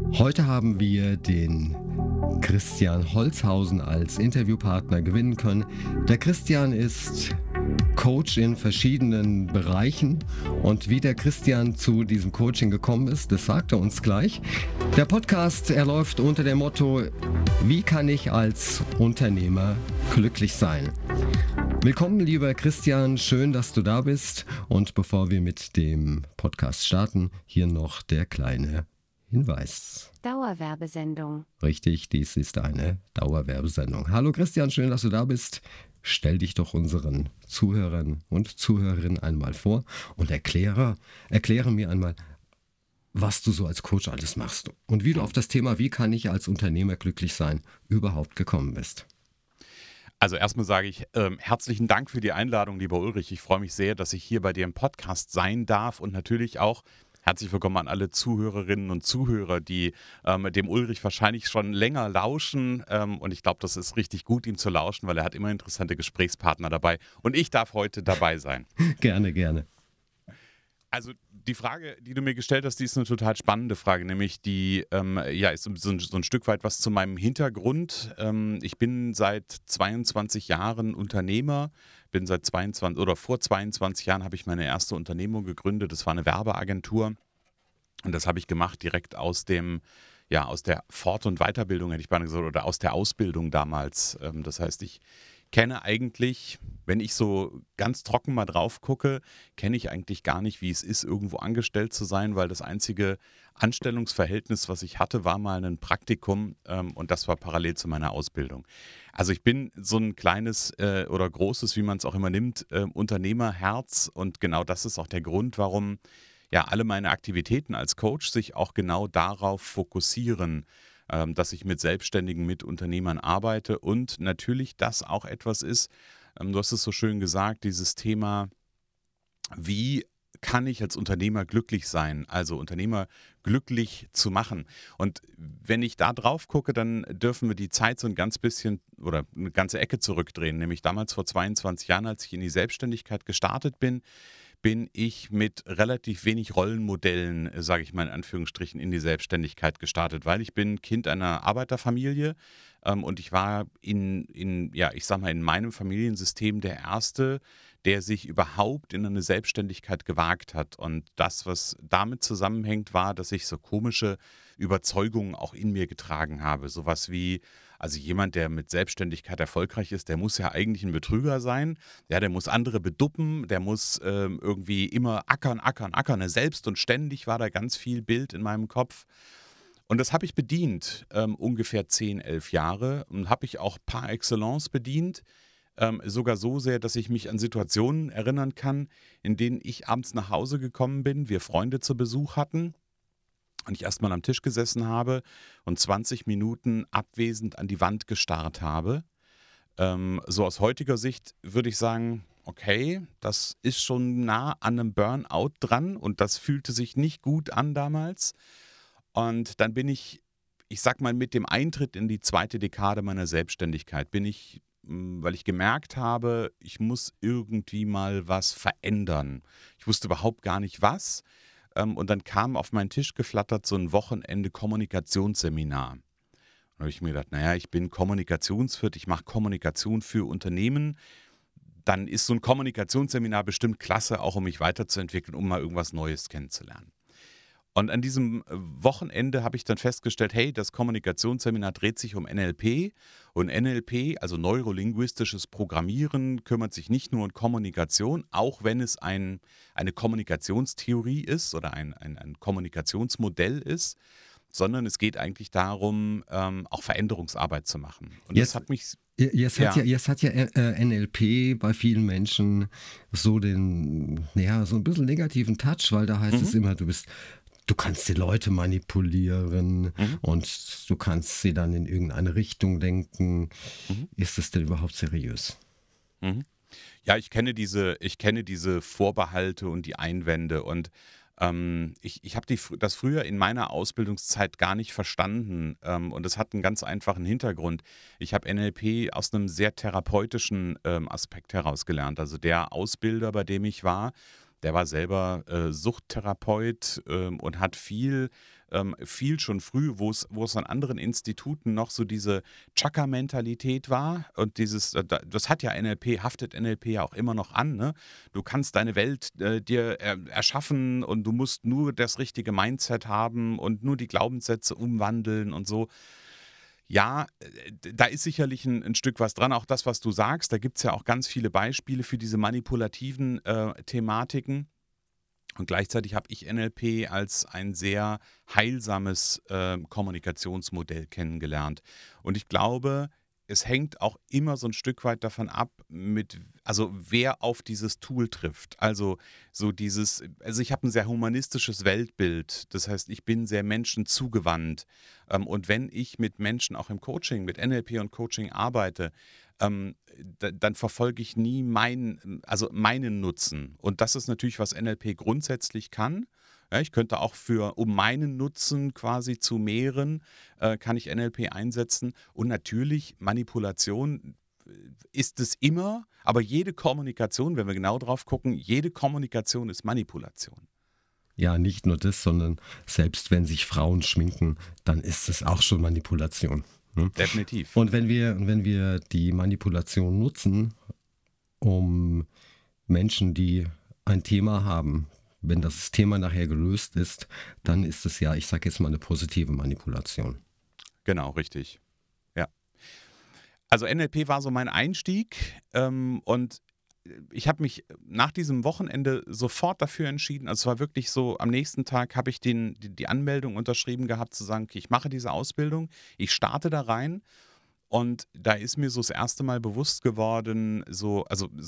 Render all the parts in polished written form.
Heute haben wir den Christian Holzhausen als Interviewpartner gewinnen können. Der Christian ist Coach in verschiedenen Bereichen und wie der Christian zu diesem Coaching gekommen ist, das sagt er uns gleich. Der Podcast, er läuft unter dem Motto: Wie kann ich als Unternehmer glücklich sein? Willkommen, lieber Christian, schön, dass du da bist. Und bevor wir mit dem Podcast starten, hier noch der kleine Hinweis. Dauerwerbesendung. Richtig, dies ist eine Dauerwerbesendung. Hallo Christian, schön, dass du da bist. Stell dich doch unseren Zuhörern und Zuhörerinnen einmal vor und erkläre mir einmal, was du so als Coach alles machst und wie du auf das Thema, wie kann ich als Unternehmer glücklich sein, überhaupt gekommen bist. Also erstmal sage ich herzlichen Dank für die Einladung, lieber Ulrich. Ich freue mich sehr, dass ich hier bei dir im Podcast sein darf und natürlich auch herzlich willkommen an alle Zuhörerinnen und Zuhörer, die dem Ulrich wahrscheinlich schon länger lauschen. Und ich glaube, das ist richtig gut, ihm zu lauschen, weil er hat immer interessante Gesprächspartner dabei. Und ich darf heute dabei sein. Gerne, gerne. Also die Frage, die du mir gestellt hast, die ist eine total spannende Frage, nämlich die ist so ein Stück weit was zu meinem Hintergrund. Ich bin seit 22 Jahren Unternehmer, vor 22 Jahren habe ich meine erste Unternehmung gegründet. Das war eine Werbeagentur und das habe ich gemacht direkt aus der Fort- und Weiterbildung, hätte ich beinahe gesagt, oder aus der Ausbildung damals. Das heißt, ich kenne eigentlich, wenn ich so ganz trocken mal drauf gucke, kenne ich eigentlich gar nicht, wie es ist, irgendwo angestellt zu sein, weil das einzige Anstellungsverhältnis, was ich hatte, war mal ein Praktikum und das war parallel zu meiner Ausbildung. Also ich bin so ein kleines oder großes, wie man es auch immer nimmt, Unternehmerherz und genau das ist auch der Grund, warum ja alle meine Aktivitäten als Coach sich auch genau darauf fokussieren, dass ich mit Selbstständigen, mit Unternehmern arbeite und natürlich das auch etwas ist, du hast es so schön gesagt, dieses Thema, wie kann ich als Unternehmer glücklich sein, also Unternehmer glücklich zu machen. Und wenn ich da drauf gucke, dann dürfen wir die Zeit so ein ganz bisschen oder eine ganze Ecke zurückdrehen, nämlich damals vor 22 Jahren, als ich in die Selbstständigkeit gestartet bin ich mit relativ wenig Rollenmodellen, sage ich mal in Anführungsstrichen, in die Selbstständigkeit gestartet, weil ich bin Kind einer Arbeiterfamilie und ich war ich sag mal, in meinem Familiensystem der Erste, der sich überhaupt in eine Selbstständigkeit gewagt hat. Und das, was damit zusammenhängt, war, dass ich so komische Überzeugungen auch in mir getragen habe. Sowas wie, also jemand, der mit Selbstständigkeit erfolgreich ist, der muss ja eigentlich ein Betrüger sein. Ja, der muss andere beduppen, der muss irgendwie immer ackern. Selbst und ständig war da ganz viel Bild in meinem Kopf. Und das habe ich bedient, ungefähr 10, 11 Jahre und habe ich auch par excellence bedient. Sogar so sehr, dass ich mich an Situationen erinnern kann, in denen ich abends nach Hause gekommen bin, wir Freunde zu Besuch hatten und ich erstmal am Tisch gesessen habe und 20 Minuten abwesend an die Wand gestarrt habe. So aus heutiger Sicht würde ich sagen, okay, das ist schon nah an einem Burnout dran und das fühlte sich nicht gut an damals. Und dann bin ich sag mal, mit dem Eintritt in die zweite Dekade meiner Selbstständigkeit bin ich, weil ich gemerkt habe, ich muss irgendwie mal was verändern. Ich wusste überhaupt gar nicht was. Und dann kam auf meinen Tisch geflattert so ein Wochenende Kommunikationsseminar. Da habe ich mir gedacht, naja, ich bin Kommunikationswirt, ich mache Kommunikation für Unternehmen. Dann ist so ein Kommunikationsseminar bestimmt klasse, auch um mich weiterzuentwickeln, um mal irgendwas Neues kennenzulernen. Und an diesem Wochenende habe ich dann festgestellt, hey, das Kommunikationsseminar dreht sich um NLP und NLP, also neurolinguistisches Programmieren, kümmert sich nicht nur um Kommunikation, auch wenn es eine Kommunikationstheorie ist oder ein Kommunikationsmodell ist, sondern es geht eigentlich darum, auch Veränderungsarbeit zu machen. Und das hat mich... Jetzt hat ja NLP bei vielen Menschen so so ein bisschen negativen Touch, weil da heißt es immer, du kannst die Leute manipulieren und du kannst sie dann in irgendeine Richtung lenken. Ist das denn überhaupt seriös? Mhm. Ja, ich kenne diese Vorbehalte und die Einwände und ich habe das früher in meiner Ausbildungszeit gar nicht verstanden und es hat einen ganz einfachen Hintergrund. Ich habe NLP aus einem sehr therapeutischen Aspekt heraus gelernt. Also der Ausbilder, bei dem ich war, der war selber Suchttherapeut und hat viel viel schon früh, wo es an anderen Instituten noch so diese Chakra-Mentalität war und das hat ja NLP, haftet NLP ja auch immer noch an, ne? Du kannst deine Welt dir erschaffen und du musst nur das richtige Mindset haben und nur die Glaubenssätze umwandeln und so. Ja, da ist sicherlich ein Stück was dran, auch das, was du sagst. Da gibt es ja auch ganz viele Beispiele für diese manipulativen Thematiken. Und gleichzeitig habe ich NLP als ein sehr heilsames Kommunikationsmodell kennengelernt. Und ich glaube, es hängt auch immer so ein Stück weit davon ab, also wer auf dieses Tool trifft. Also also ich habe ein sehr humanistisches Weltbild. Das heißt, ich bin sehr menschenzugewandt. Und wenn ich mit Menschen auch im Coaching, mit NLP und Coaching arbeite, dann verfolge ich nie meinen Nutzen. Und das ist natürlich, was NLP grundsätzlich kann. Ja, ich könnte auch um meinen Nutzen quasi zu mehren, kann ich NLP einsetzen. Und natürlich, Manipulation ist es immer, aber jede Kommunikation, wenn wir genau drauf gucken, jede Kommunikation ist Manipulation. Ja, nicht nur das, sondern selbst wenn sich Frauen schminken, dann ist es auch schon Manipulation. Ne? Definitiv. Und wenn wir die Manipulation nutzen, um Menschen, die ein Thema haben, wenn das Thema nachher gelöst ist, dann ist es ja, ich sage jetzt mal, eine positive Manipulation. Genau, richtig. Ja. Also NLP war so mein Einstieg und ich habe mich nach diesem Wochenende sofort dafür entschieden. Also es war wirklich so, am nächsten Tag habe ich die Anmeldung unterschrieben gehabt, zu sagen, okay, ich mache diese Ausbildung, ich starte da rein. Und da ist mir so das erste Mal bewusst geworden, so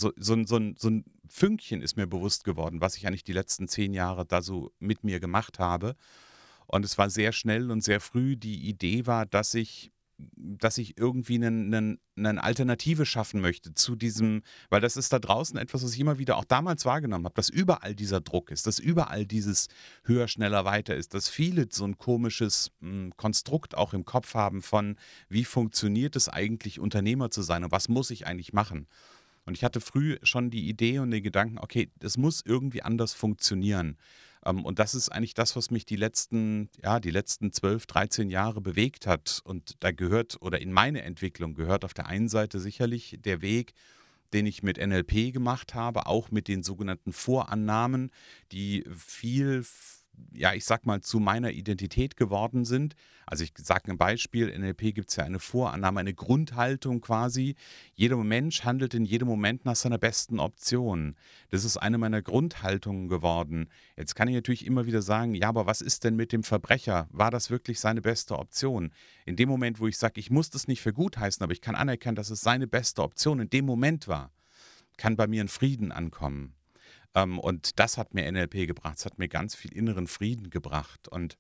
ein Fünkchen ist mir bewusst geworden, was ich eigentlich die letzten 10 Jahre da so mit mir gemacht habe. Und es war sehr schnell und sehr früh die Idee war, dass ich irgendwie eine Alternative schaffen möchte zu diesem, weil das ist da draußen etwas, was ich immer wieder auch damals wahrgenommen habe, dass überall dieser Druck ist, dass überall dieses höher, schneller, weiter ist, dass viele so ein komisches Konstrukt auch im Kopf haben von, wie funktioniert es eigentlich, Unternehmer zu sein und was muss ich eigentlich machen? Und ich hatte früh schon die Idee und den Gedanken, okay, das muss irgendwie anders funktionieren. Und das ist eigentlich das, was mich die letzten 12, 13 Jahre bewegt hat. Und da gehört, oder in meine Entwicklung gehört auf der einen Seite sicherlich der Weg, den ich mit NLP gemacht habe, auch mit den sogenannten Vorannahmen, die viel, ja, ich sag mal, zu meiner Identität geworden sind. Also ich sage ein Beispiel, in NLP gibt es ja eine Vorannahme, eine Grundhaltung quasi. Jeder Mensch handelt in jedem Moment nach seiner besten Option. Das ist eine meiner Grundhaltungen geworden. Jetzt kann ich natürlich immer wieder sagen, ja, aber was ist denn mit dem Verbrecher? War das wirklich seine beste Option? In dem Moment, wo ich sage, ich muss das nicht für gut heißen, aber ich kann anerkennen, dass es seine beste Option in dem Moment war, kann bei mir ein Frieden ankommen. Und das hat mir NLP gebracht. Es hat mir ganz viel inneren Frieden gebracht. Und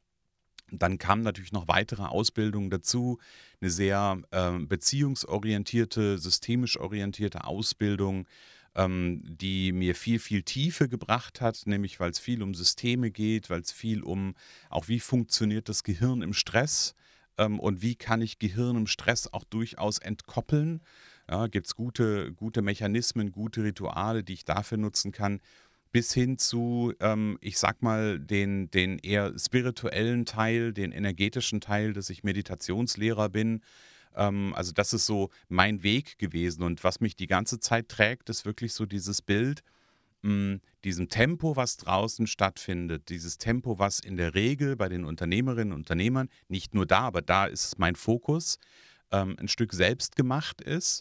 dann kamen natürlich noch weitere Ausbildungen dazu. Eine sehr beziehungsorientierte, systemisch orientierte Ausbildung, die mir viel, viel Tiefe gebracht hat, nämlich weil es viel um Systeme geht, weil es viel auch wie funktioniert das Gehirn im Stress und wie kann ich Gehirn im Stress auch durchaus entkoppeln. Ja, gibt es gute Mechanismen, gute Rituale, die ich dafür nutzen kann, bis hin zu, ich sag mal, den eher spirituellen Teil, den energetischen Teil, dass ich Meditationslehrer bin. Also das ist so mein Weg gewesen. Und was mich die ganze Zeit trägt, ist wirklich so dieses Bild, diesem Tempo, was draußen stattfindet, dieses Tempo, was in der Regel bei den Unternehmerinnen und Unternehmern, nicht nur da, aber da ist mein Fokus, ein Stück selbst gemacht ist,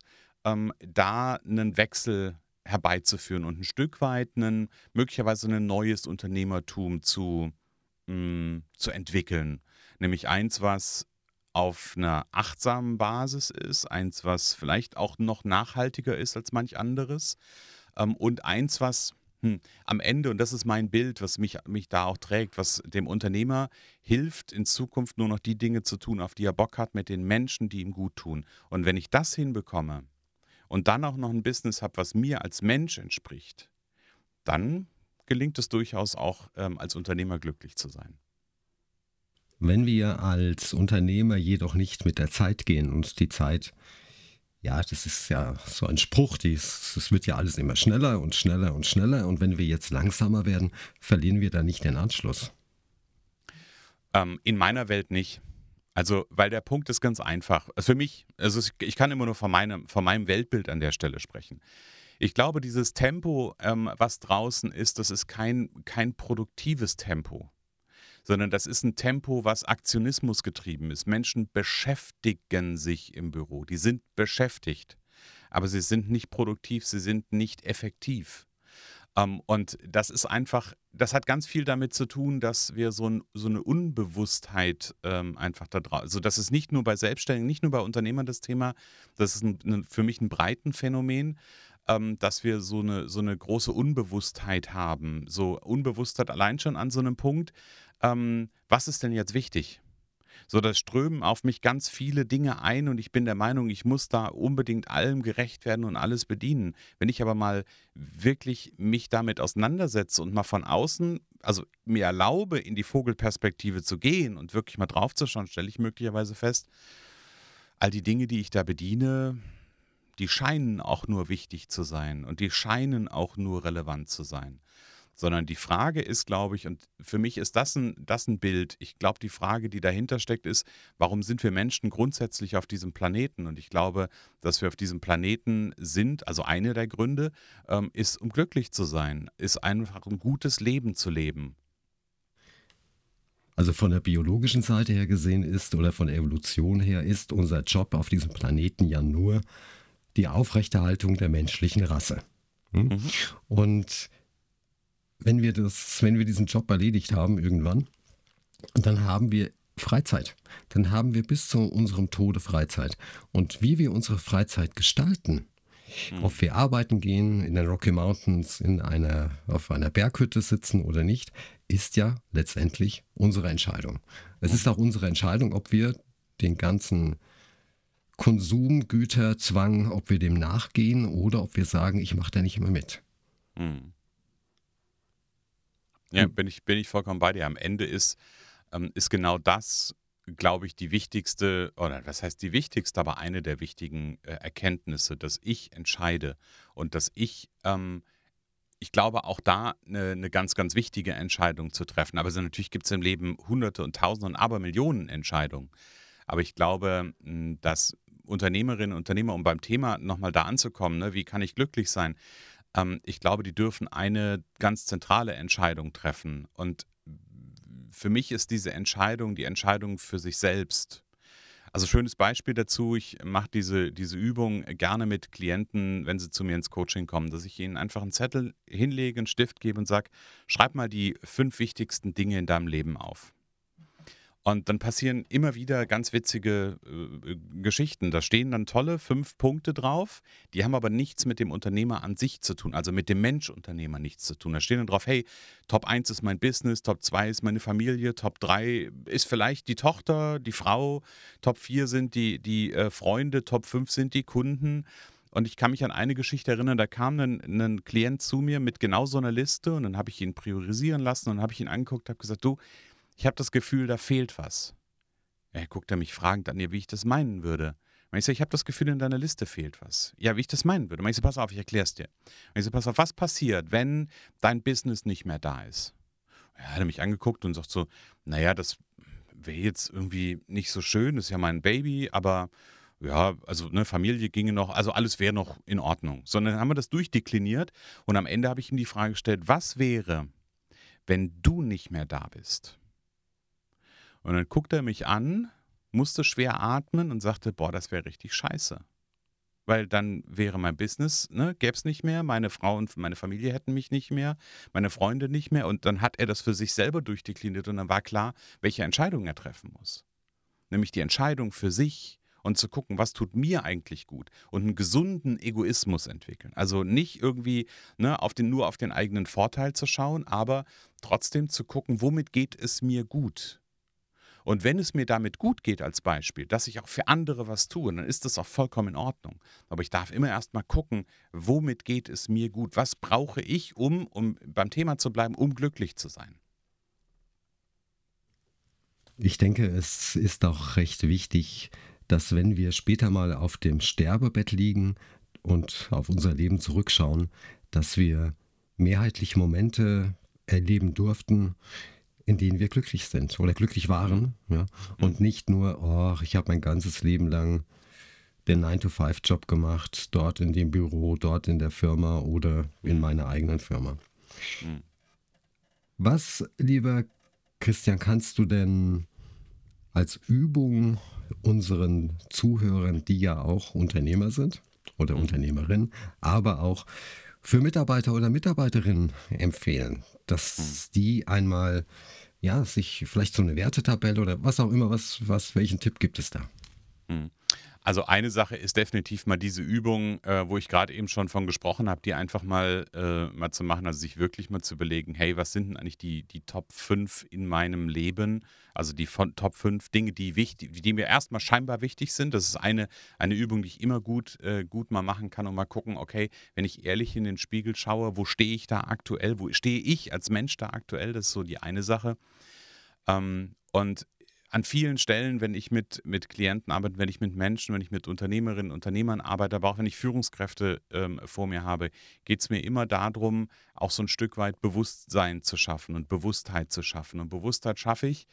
da einen Wechsel herbeizuführen und ein Stück weit möglicherweise ein neues Unternehmertum zu entwickeln. Nämlich eins, was auf einer achtsamen Basis ist, eins, was vielleicht auch noch nachhaltiger ist als manch anderes und eins, was am Ende, und das ist mein Bild, was mich da auch trägt, was dem Unternehmer hilft, in Zukunft nur noch die Dinge zu tun, auf die er Bock hat, mit den Menschen, die ihm gut tun. Und wenn ich das hinbekomme und dann auch noch ein Business habe, was mir als Mensch entspricht, dann gelingt es durchaus auch, als Unternehmer glücklich zu sein. Wenn wir als Unternehmer jedoch nicht mit der Zeit gehen und die Zeit, ja, das ist ja so ein Spruch, es wird ja alles immer schneller und schneller und schneller und wenn wir jetzt langsamer werden, verlieren wir da nicht den Anschluss. In meiner Welt nicht. Also, weil der Punkt ist ganz einfach. Also für mich, also ich kann immer nur von meinem Weltbild an der Stelle sprechen. Ich glaube, dieses Tempo, was draußen ist, das ist kein produktives Tempo, sondern das ist ein Tempo, was Aktionismus getrieben ist. Menschen beschäftigen sich im Büro. Die sind beschäftigt, aber sie sind nicht produktiv, sie sind nicht effektiv. Und das ist einfach, das hat ganz viel damit zu tun, dass wir so eine Unbewusstheit einfach da drauf, also das ist nicht nur bei Selbstständigen, nicht nur bei Unternehmern das Thema, das ist für mich ein breiten Phänomen, dass wir so eine große Unbewusstheit haben. So Unbewusstheit allein schon an so einem Punkt, was ist denn jetzt wichtig? So, da strömen auf mich ganz viele Dinge ein und ich bin der Meinung, ich muss da unbedingt allem gerecht werden und alles bedienen. Wenn ich aber mal wirklich mich damit auseinandersetze und mal von außen, also mir erlaube, in die Vogelperspektive zu gehen und wirklich mal draufzuschauen, stelle ich möglicherweise fest, all die Dinge, die ich da bediene, die scheinen auch nur wichtig zu sein und die scheinen auch nur relevant zu sein. Sondern die Frage ist, glaube ich, und für mich ist das ein Bild. Ich glaube, die Frage, die dahinter steckt, ist, warum sind wir Menschen grundsätzlich auf diesem Planeten? Und ich glaube, dass wir auf diesem Planeten sind, also einer der Gründe, ist, um glücklich zu sein, ist einfach ein gutes Leben zu leben. Also von der biologischen Seite her gesehen ist oder von der Evolution her ist unser Job auf diesem Planeten ja nur die Aufrechterhaltung der menschlichen Rasse. Hm? Mhm. Und wenn wir diesen Job erledigt haben irgendwann, dann haben wir Freizeit. Dann haben wir bis zu unserem Tode Freizeit. Und wie wir unsere Freizeit gestalten, Mhm. ob wir arbeiten gehen, in den Rocky Mountains, auf einer Berghütte sitzen oder nicht, ist ja letztendlich unsere Entscheidung. Es ist Mhm. auch unsere Entscheidung, ob wir den ganzen Konsumgüterzwang, ob wir dem nachgehen oder ob wir sagen, ich mache da nicht immer mit. Mhm. Ja, bin ich vollkommen bei dir. Am Ende ist genau das, glaube ich, die wichtigste, oder was heißt die wichtigste, aber eine der wichtigen Erkenntnisse, dass ich entscheide und dass ich glaube, auch da eine ganz, ganz wichtige Entscheidung zu treffen. Aber so natürlich gibt es im Leben Hunderte und Tausende und Abermillionen Entscheidungen. Aber ich glaube, dass Unternehmerinnen und Unternehmer, um beim Thema nochmal da anzukommen, ne, wie kann ich glücklich sein? Ich glaube, die dürfen eine ganz zentrale Entscheidung treffen. Und für mich ist diese Entscheidung die Entscheidung für sich selbst. Also schönes Beispiel dazu, ich mache diese Übung gerne mit Klienten, wenn sie zu mir ins Coaching kommen, dass ich ihnen einfach einen Zettel hinlege, einen Stift gebe und sage, schreib mal die 5 wichtigsten Dinge in deinem Leben auf. Und dann passieren immer wieder ganz witzige Geschichten. Da stehen dann tolle 5 Punkte drauf, die haben aber nichts mit dem Unternehmer an sich zu tun, also mit dem Mensch-Unternehmer nichts zu tun. Da stehen dann drauf, hey, Top 1 ist mein Business, Top 2 ist meine Familie, Top 3 ist vielleicht die Tochter, die Frau, Top 4 sind die Freunde, Top 5 sind die Kunden. Und ich kann mich an eine Geschichte erinnern, da kam ein Klient zu mir mit genau so einer Liste und dann habe ich ihn priorisieren lassen und dann habe ich ihn angeguckt, habe gesagt, du, ich habe das Gefühl, da fehlt was. Er guckt er mich fragend an, ja, wie ich das meinen würde. Und ich sage, ich habe das Gefühl, in deiner Liste fehlt was. Ja, wie ich das meinen würde. Und ich so, pass auf, ich erkläre es dir. Und ich so, pass auf, was passiert, wenn dein Business nicht mehr da ist? Er hat mich angeguckt und sagt so, naja, das wäre jetzt irgendwie nicht so schön, das ist ja mein Baby, aber ja, also eine Familie ginge noch, also alles wäre noch in Ordnung. Sondern haben wir das durchdekliniert und am Ende habe ich ihm die Frage gestellt, was wäre, wenn du nicht mehr da bist? Und dann guckt er mich an, musste schwer atmen und sagte, boah, das wäre richtig scheiße. Weil dann wäre mein Business, ne, gäbe es nicht mehr, meine Frau und meine Familie hätten mich nicht mehr, meine Freunde nicht mehr. Und dann hat er das für sich selber durchdekliniert und dann war klar, welche Entscheidung er treffen muss. Nämlich die Entscheidung für sich und zu gucken, was tut mir eigentlich gut und einen gesunden Egoismus entwickeln. Also nicht irgendwie ne, nur auf den eigenen Vorteil zu schauen, aber trotzdem zu gucken, womit geht es mir gut. Und wenn es mir damit gut geht als Beispiel, dass ich auch für andere was tue, dann ist das auch vollkommen in Ordnung. Aber ich darf immer erst mal gucken, womit geht es mir gut? Was brauche ich, um beim Thema zu bleiben, um glücklich zu sein? Ich denke, es ist auch recht wichtig, dass wenn wir später mal auf dem Sterbebett liegen und auf unser Leben zurückschauen, dass wir mehrheitlich Momente erleben durften, in denen wir glücklich sind oder glücklich waren. Ja? Und nicht nur, oh, ich habe mein ganzes Leben lang den 9-to-5-Job gemacht, dort in dem Büro, dort in der Firma oder in meiner eigenen Firma. Mhm. Was, lieber Christian, kannst du denn als Übung unseren Zuhörern, die ja auch Unternehmer sind oder Unternehmerinnen, aber auch für Mitarbeiter oder Mitarbeiterinnen empfehlen, dass die einmal sich vielleicht so eine Wertetabelle oder was auch immer, welchen Tipp gibt es da? Mhm. Also eine Sache ist definitiv mal diese Übung, wo ich gerade eben schon von gesprochen habe, die einfach mal zu machen, also sich wirklich mal zu überlegen, hey, was sind denn eigentlich die Top 5 in meinem Leben? Also die Top 5 Dinge, die mir erstmal scheinbar wichtig sind. Das ist eine Übung, die ich immer gut mal machen kann und mal gucken, okay, wenn ich ehrlich in den Spiegel schaue, wo stehe ich da aktuell? Wo stehe ich als Mensch da aktuell? Das ist so die eine Sache. Und an vielen Stellen, wenn ich mit Klienten arbeite, wenn ich mit Menschen, wenn ich mit Unternehmerinnen, Unternehmern arbeite, aber auch wenn ich Führungskräfte vor mir habe, geht es mir immer darum, auch so ein Stück weit Bewusstsein zu schaffen und Bewusstheit zu schaffen. Und Bewusstheit schaffe ich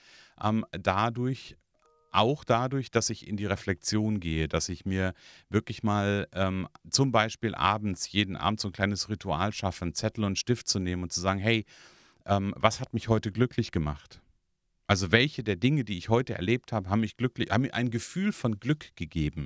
dadurch, dass ich in die Reflexion gehe, dass ich mir wirklich mal zum Beispiel jeden Abend so ein kleines Ritual schaffe, einen Zettel und einen Stift zu nehmen und zu sagen, hey, was hat mich heute glücklich gemacht? Also welche der Dinge, die ich heute erlebt habe, haben mir ein Gefühl von Glück gegeben.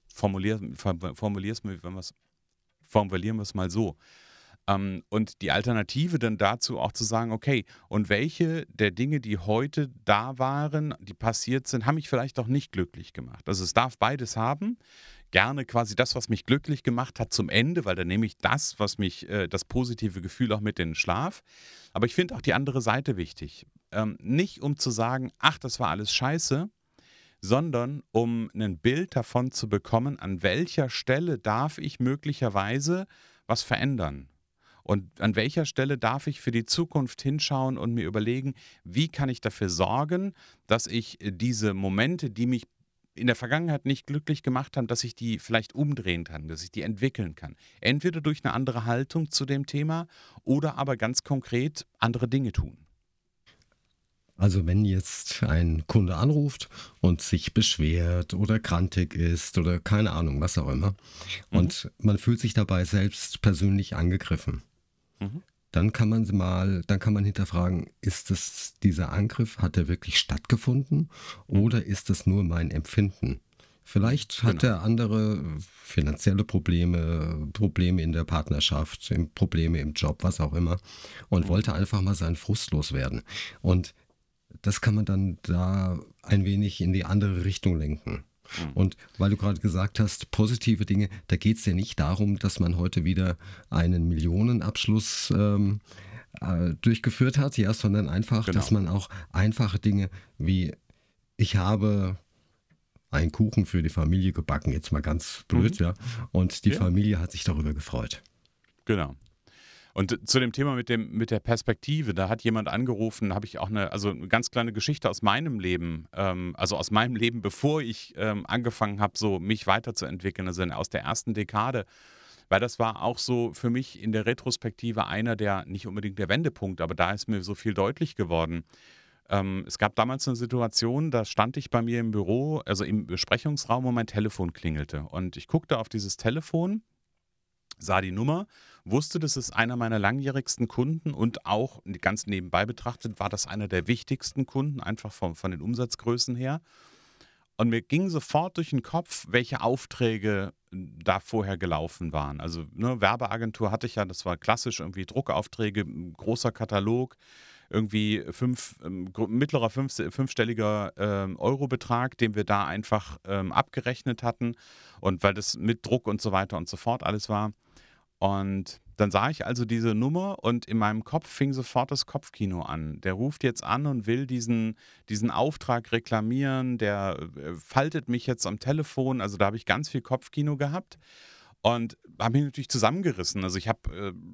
Formulieren wir es mal so. Und die Alternative dann dazu auch zu sagen, okay, und welche der Dinge, die heute da waren, die passiert sind, haben mich vielleicht auch nicht glücklich gemacht. Also es darf beides haben. Gerne quasi das, was mich glücklich gemacht hat, zum Ende, weil dann nehme ich das positive Gefühl auch mit in den Schlaf. Aber ich finde auch die andere Seite wichtig. Nicht um zu sagen, ach, das war alles scheiße, sondern um ein Bild davon zu bekommen, an welcher Stelle darf ich möglicherweise was verändern. Und an welcher Stelle darf ich für die Zukunft hinschauen und mir überlegen, wie kann ich dafür sorgen, dass ich diese Momente, die mich in der Vergangenheit nicht glücklich gemacht haben, dass ich die vielleicht umdrehen kann, dass ich die entwickeln kann. Entweder durch eine andere Haltung zu dem Thema oder aber ganz konkret andere Dinge tun. Also wenn jetzt ein Kunde anruft und sich beschwert oder krantig ist oder keine Ahnung, was auch immer, Mhm. und man fühlt sich dabei selbst persönlich angegriffen, Mhm. dann kann man hinterfragen, dieser Angriff, hat er wirklich stattgefunden Mhm. oder ist es nur mein Empfinden? Vielleicht hat Genau. der andere finanzielle Probleme in der Partnerschaft, Probleme im Job, was auch immer, und Mhm. wollte einfach mal seinen Frust loswerden. Und das kann man dann da ein wenig in die andere Richtung lenken. Mhm. Und weil du gerade gesagt hast, positive Dinge, da geht es ja nicht darum, dass man heute wieder einen Millionenabschluss durchgeführt hat, ja, sondern einfach, dass Genau. man auch einfache Dinge wie ich habe einen Kuchen für die Familie gebacken, jetzt mal ganz Mhm. blöd, ja, und die Ja, Familie hat sich darüber gefreut. genau. Und zu dem Thema mit der Perspektive, da hat jemand angerufen, da habe ich auch eine ganz kleine Geschichte aus meinem Leben, also aus meinem Leben, bevor ich angefangen habe, so mich weiterzuentwickeln, also aus der ersten Dekade, weil das war auch so für mich in der Retrospektive einer der, nicht unbedingt der Wendepunkt, aber da ist mir so viel deutlich geworden. Es gab damals eine Situation, da stand ich bei mir im Büro, also im Besprechungsraum und mein Telefon klingelte. Und ich guckte auf dieses Telefon, sah die Nummer, wusste, das ist einer meiner langjährigsten Kunden und auch ganz nebenbei betrachtet war das einer der wichtigsten Kunden, einfach von den Umsatzgrößen her. Und mir ging sofort durch den Kopf, welche Aufträge da vorher gelaufen waren. Also ne, Werbeagentur hatte ich ja, das war klassisch irgendwie Druckaufträge, ein großer Katalog, irgendwie mittlerer fünfstelliger Eurobetrag, den wir da einfach abgerechnet hatten. Und weil das mit Druck und so weiter und so fort alles war. Und dann sah ich also diese Nummer und in meinem Kopf fing sofort das Kopfkino an. Der ruft jetzt an und will diesen Auftrag reklamieren, der faltet mich jetzt am Telefon. Also da habe ich ganz viel Kopfkino gehabt und habe mich natürlich zusammengerissen. Also ich habe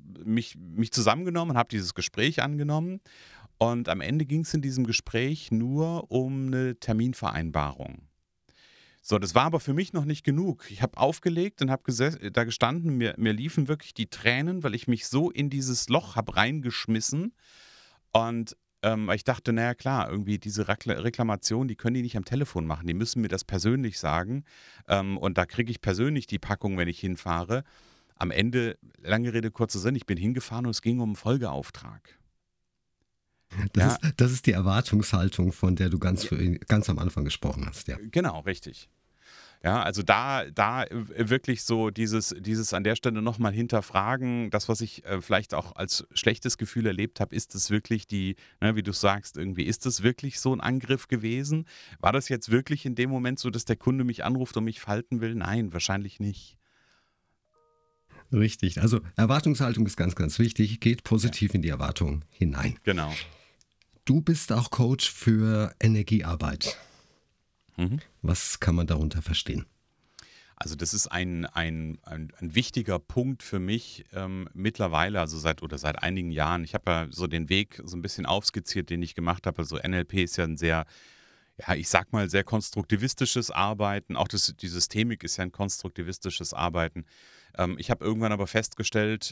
mich zusammengenommen und habe dieses Gespräch angenommen. Und am Ende ging es in diesem Gespräch nur um eine Terminvereinbarung. So, das war aber für mich noch nicht genug. Ich habe aufgelegt und habe da gestanden, mir liefen wirklich die Tränen, weil ich mich so in dieses Loch habe reingeschmissen. Und weil ich dachte, naja klar, irgendwie diese Reklamation, die können die nicht am Telefon machen, die müssen mir das persönlich sagen und da kriege ich persönlich die Packung, wenn ich hinfahre. Am Ende, lange Rede, kurzer Sinn, ich bin hingefahren und es ging um einen Folgeauftrag. Ja, Das ist die Erwartungshaltung, von der du ganz am Anfang gesprochen hast, ja. genau, richtig. Ja, also da wirklich so dieses an der Stelle nochmal hinterfragen, das, was ich vielleicht auch als schlechtes Gefühl erlebt habe, ist es wirklich wie du sagst, irgendwie, ist es wirklich so ein Angriff gewesen? War das jetzt wirklich in dem Moment so, dass der Kunde mich anruft und mich falten will? Nein, wahrscheinlich nicht. Richtig. Also Erwartungshaltung ist ganz, ganz wichtig. Geht Ja, positiv in die Erwartung hinein. genau. Du bist auch Coach für Energiearbeit. Mhm. Was kann man darunter verstehen? Also das ist ein wichtiger Punkt für mich mittlerweile, also seit einigen Jahren. Ich habe ja so den Weg so ein bisschen aufskizziert, den ich gemacht habe. Also NLP ist ja ein sehr, ja, ich sag mal, sehr konstruktivistisches Arbeiten. Auch die Systemik ist ja ein konstruktivistisches Arbeiten. Ich habe irgendwann aber festgestellt,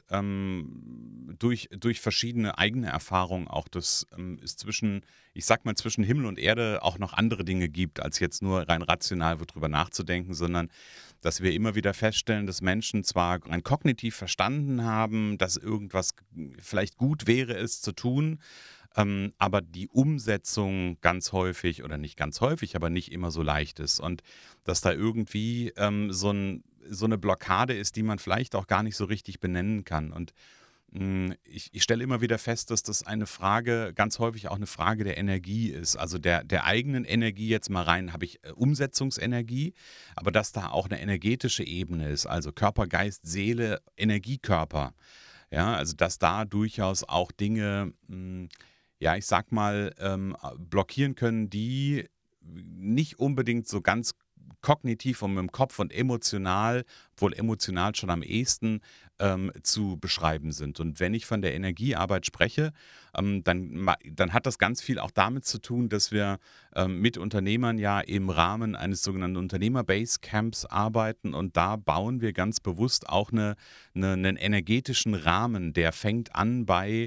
durch verschiedene eigene Erfahrungen auch, dass es ich sag mal, zwischen Himmel und Erde auch noch andere Dinge gibt, als jetzt nur rein rational drüber nachzudenken, sondern dass wir immer wieder feststellen, dass Menschen zwar rein kognitiv verstanden haben, dass irgendwas vielleicht gut wäre, es zu tun, aber die Umsetzung ganz häufig oder nicht ganz häufig, aber nicht immer so leicht ist und dass da irgendwie so eine Blockade ist, die man vielleicht auch gar nicht so richtig benennen kann. Und ich stelle immer wieder fest, dass das ganz häufig auch eine Frage der Energie ist. Also der eigenen Energie jetzt mal rein, habe ich Umsetzungsenergie, aber dass da auch eine energetische Ebene ist, also Körper, Geist, Seele, Energiekörper. Ja, also dass da durchaus auch Dinge, ja, ich sag mal, blockieren können, die nicht unbedingt so ganz kognitiv und mit dem Kopf und emotional, wohl emotional schon am ehesten zu beschreiben sind. Und wenn ich von der Energiearbeit spreche, dann hat das ganz viel auch damit zu tun, dass wir mit Unternehmern ja im Rahmen eines sogenannten Unternehmer-Base-Camps arbeiten und da bauen wir ganz bewusst auch einen energetischen Rahmen, der fängt an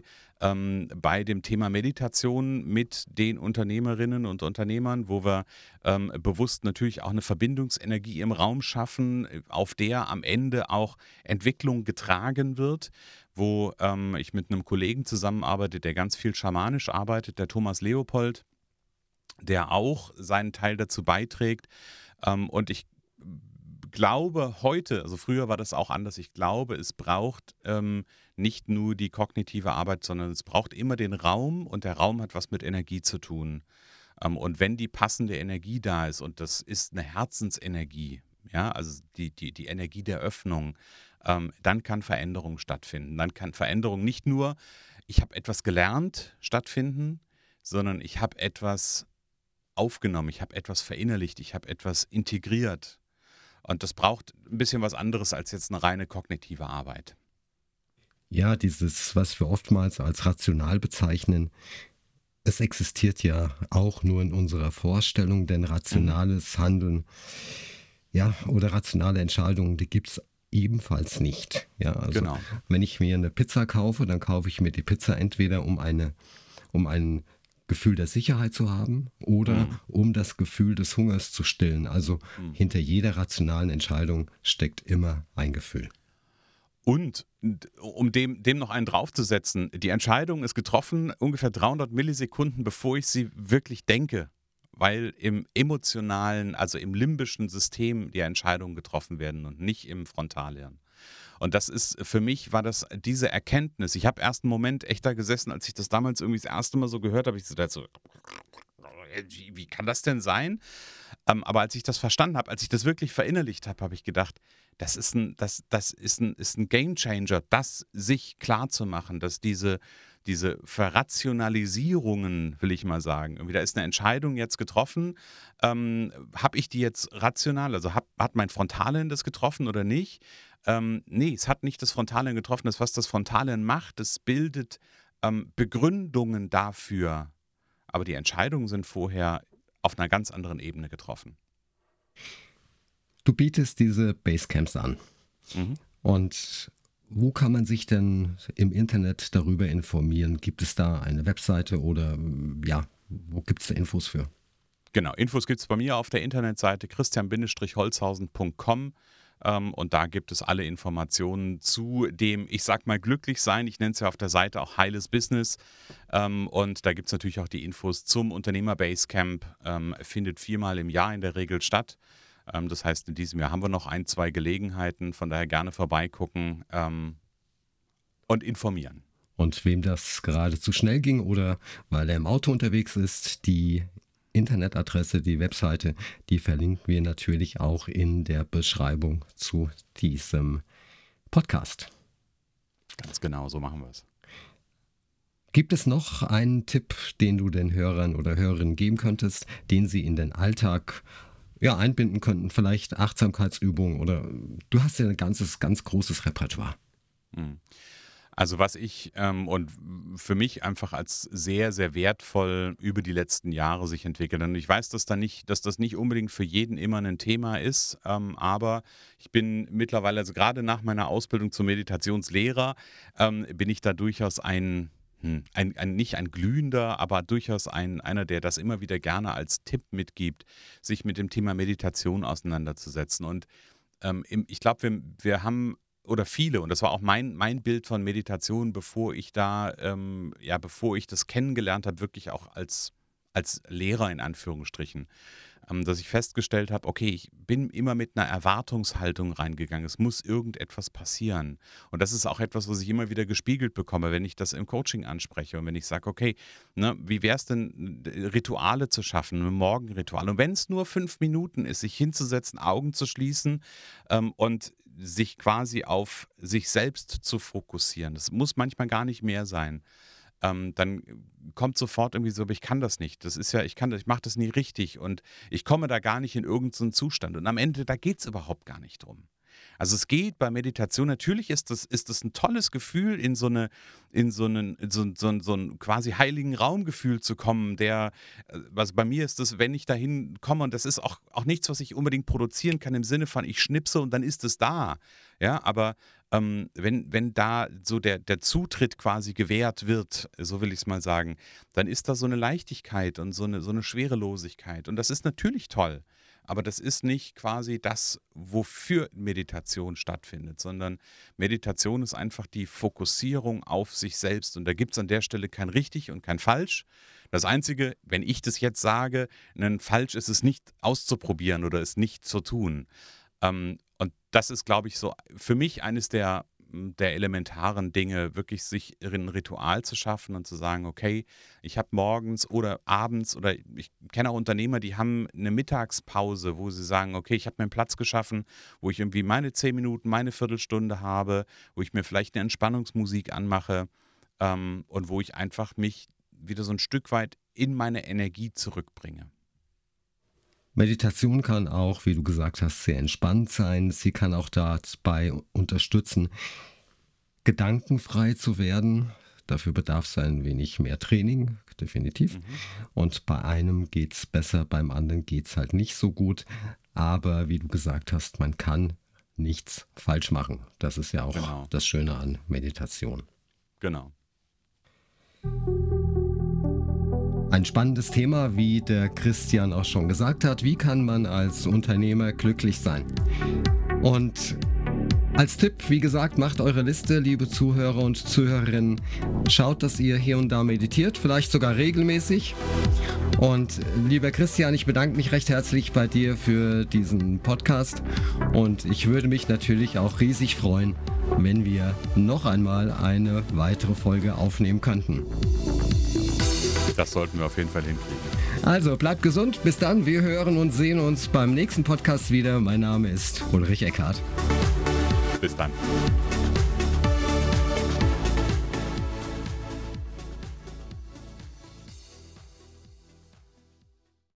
bei dem Thema Meditation mit den Unternehmerinnen und Unternehmern, wo wir bewusst natürlich auch eine Verbindungsenergie im Raum schaffen, auf der am Ende auch Entwicklung getragen wird, wo ich mit einem Kollegen zusammenarbeite, der ganz viel schamanisch arbeitet, der Thomas Leopold, der auch seinen Teil dazu beiträgt. Und ich glaube heute, also früher war das auch anders, ich glaube, es braucht nicht nur die kognitive Arbeit, sondern es braucht immer den Raum und der Raum hat was mit Energie zu tun. Und wenn die passende Energie da ist und das ist eine Herzensenergie, ja, also die Energie der Öffnung, dann kann Veränderung stattfinden. Dann kann Veränderung nicht nur, ich habe etwas gelernt, stattfinden, sondern ich habe etwas aufgenommen, ich habe etwas verinnerlicht, ich habe etwas integriert. Und das braucht ein bisschen was anderes als jetzt eine reine kognitive Arbeit. Ja, dieses, was wir oftmals als rational bezeichnen, es existiert ja auch nur in unserer Vorstellung, denn Mhm. rationales Handeln, ja, oder rationale Entscheidungen, die gibt es ebenfalls nicht. Ja, also Genau. wenn ich mir eine Pizza kaufe, dann kaufe ich mir die Pizza entweder um ein Gefühl der Sicherheit zu haben oder Mhm. um das Gefühl des Hungers zu stillen. Also Mhm. hinter jeder rationalen Entscheidung steckt immer ein Gefühl. Und um dem noch einen draufzusetzen, die Entscheidung ist getroffen ungefähr 300 Millisekunden, bevor ich sie wirklich denke, weil im emotionalen, also im limbischen System die Entscheidungen getroffen werden und nicht im Frontalhirn. Und das ist, für mich war das diese Erkenntnis. Ich habe erst einen Moment echt da gesessen, als ich das damals irgendwie das erste Mal so gehört habe, ich so, dachte so wie kann das denn sein? Aber als ich das verstanden habe, als ich das wirklich verinnerlicht habe, habe ich gedacht, das ist ein Gamechanger, das sich klar zu machen, dass diese Verrationalisierungen, will ich mal sagen, irgendwie, da ist eine Entscheidung jetzt getroffen, habe ich die jetzt rational, also hat mein Frontalhirn das getroffen oder nicht? Nee, es hat nicht das Frontalhirn getroffen, das, was das Frontalhirn macht, es bildet Begründungen dafür, aber die Entscheidungen sind vorher auf einer ganz anderen Ebene getroffen. Du bietest diese Basecamps an Mhm. und Wo kann man sich denn im Internet darüber informieren? Gibt es da eine Webseite oder ja, wo gibt es da Infos für? Genau, Infos gibt es bei mir auf der Internetseite christian-holzhausen.com. Und da gibt es alle Informationen zu dem, ich sag mal, Glücklichsein. Ich nenne es ja auf der Seite auch Heiles Business. Und da gibt es natürlich auch die Infos zum Unternehmer-Basecamp. Findet 4-mal im Jahr in der Regel statt. Das heißt, in diesem Jahr haben wir noch 1-2 Gelegenheiten. Von daher gerne vorbeigucken und informieren. Und wem das gerade zu schnell ging oder weil er im Auto unterwegs ist, die Internetadresse, die Webseite, die verlinken wir natürlich auch in der Beschreibung zu diesem Podcast. Ganz genau, so machen wir es. Gibt es noch einen Tipp, den du den Hörern oder Hörerinnen geben könntest, den sie in den Alltag einbinden könnten? Vielleicht Achtsamkeitsübungen oder du hast ja ein ganz großes Repertoire. Also was ich und für mich einfach als sehr, sehr wertvoll über die letzten Jahre sich entwickelt. Und ich weiß, dass das nicht unbedingt für jeden immer ein Thema ist, aber ich bin mittlerweile, also gerade nach meiner Ausbildung zum Meditationslehrer, bin ich da durchaus nicht ein glühender, aber durchaus einer, der das immer wieder gerne als Tipp mitgibt, sich mit dem Thema Meditation auseinanderzusetzen. Und ich glaube, wir haben oder viele, und das war auch mein Bild von Meditation, bevor ich das kennengelernt habe, wirklich auch als Lehrer in Anführungsstrichen, dass ich festgestellt habe, okay, ich bin immer mit einer Erwartungshaltung reingegangen, es muss irgendetwas passieren. Und das ist auch etwas, was ich immer wieder gespiegelt bekomme, wenn ich das im Coaching anspreche und wenn ich sage, okay, ne, wie wäre es denn, Rituale zu schaffen, ein Morgenritual. Und wenn es nur 5 Minuten ist, sich hinzusetzen, Augen zu schließen und sich quasi auf sich selbst zu fokussieren. Das muss manchmal gar nicht mehr sein. Dann kommt sofort irgendwie so, aber ich kann das nicht. Ich mache das nie richtig und ich komme da gar nicht in irgendeinen Zustand. Und am Ende, da geht es überhaupt gar nicht drum. Also es geht bei Meditation, natürlich ist das ein tolles Gefühl, in so einen quasi heiligen Raumgefühl zu kommen, was bei mir ist das, wenn ich dahin komme, und das ist auch nichts, was ich unbedingt produzieren kann im Sinne von, ich schnipse und dann ist es da. Ja, aber wenn da so der Zutritt quasi gewährt wird, so will ich es mal sagen, dann ist da so eine Leichtigkeit und so eine Schwerelosigkeit. Und das ist natürlich toll. Aber das ist nicht quasi das, wofür Meditation stattfindet, sondern Meditation ist einfach die Fokussierung auf sich selbst. Und da gibt es an der Stelle kein richtig und kein falsch. Das Einzige, wenn ich das jetzt sage, ein falsch ist es nicht auszuprobieren oder es nicht zu tun. Und das ist, glaube ich, so für mich eines der elementaren Dinge, wirklich sich ein Ritual zu schaffen und zu sagen, okay, ich habe morgens oder abends, oder ich kenne auch Unternehmer, die haben eine Mittagspause, wo sie sagen, okay, ich habe mir einen Platz geschaffen, wo ich irgendwie meine 10 Minuten, meine Viertelstunde habe, wo ich mir vielleicht eine Entspannungsmusik anmache und wo ich einfach mich wieder so ein Stück weit in meine Energie zurückbringe. Meditation kann auch, wie du gesagt hast, sehr entspannt sein. Sie kann auch dabei unterstützen, gedankenfrei zu werden. Dafür bedarf es ein wenig mehr Training, definitiv. Und bei einem geht es besser, beim anderen geht es halt nicht so gut. Aber wie du gesagt hast, man kann nichts falsch machen. Das ist ja auch das Schöne an Meditation. Genau. Ein spannendes Thema, wie der Christian auch schon gesagt hat. Wie kann man als Unternehmer glücklich sein? Und als Tipp, wie gesagt, macht eure Liste, liebe Zuhörer und Zuhörerinnen. Schaut, dass ihr hier und da meditiert, vielleicht sogar regelmäßig. Und lieber Christian, ich bedanke mich recht herzlich bei dir für diesen Podcast. Und ich würde mich natürlich auch riesig freuen, wenn wir noch einmal eine weitere Folge aufnehmen könnten. Das sollten wir auf jeden Fall hinkriegen. Also bleibt gesund, bis dann, wir hören und sehen uns beim nächsten Podcast wieder. Mein Name ist Ulrich Eckhardt. Bis dann.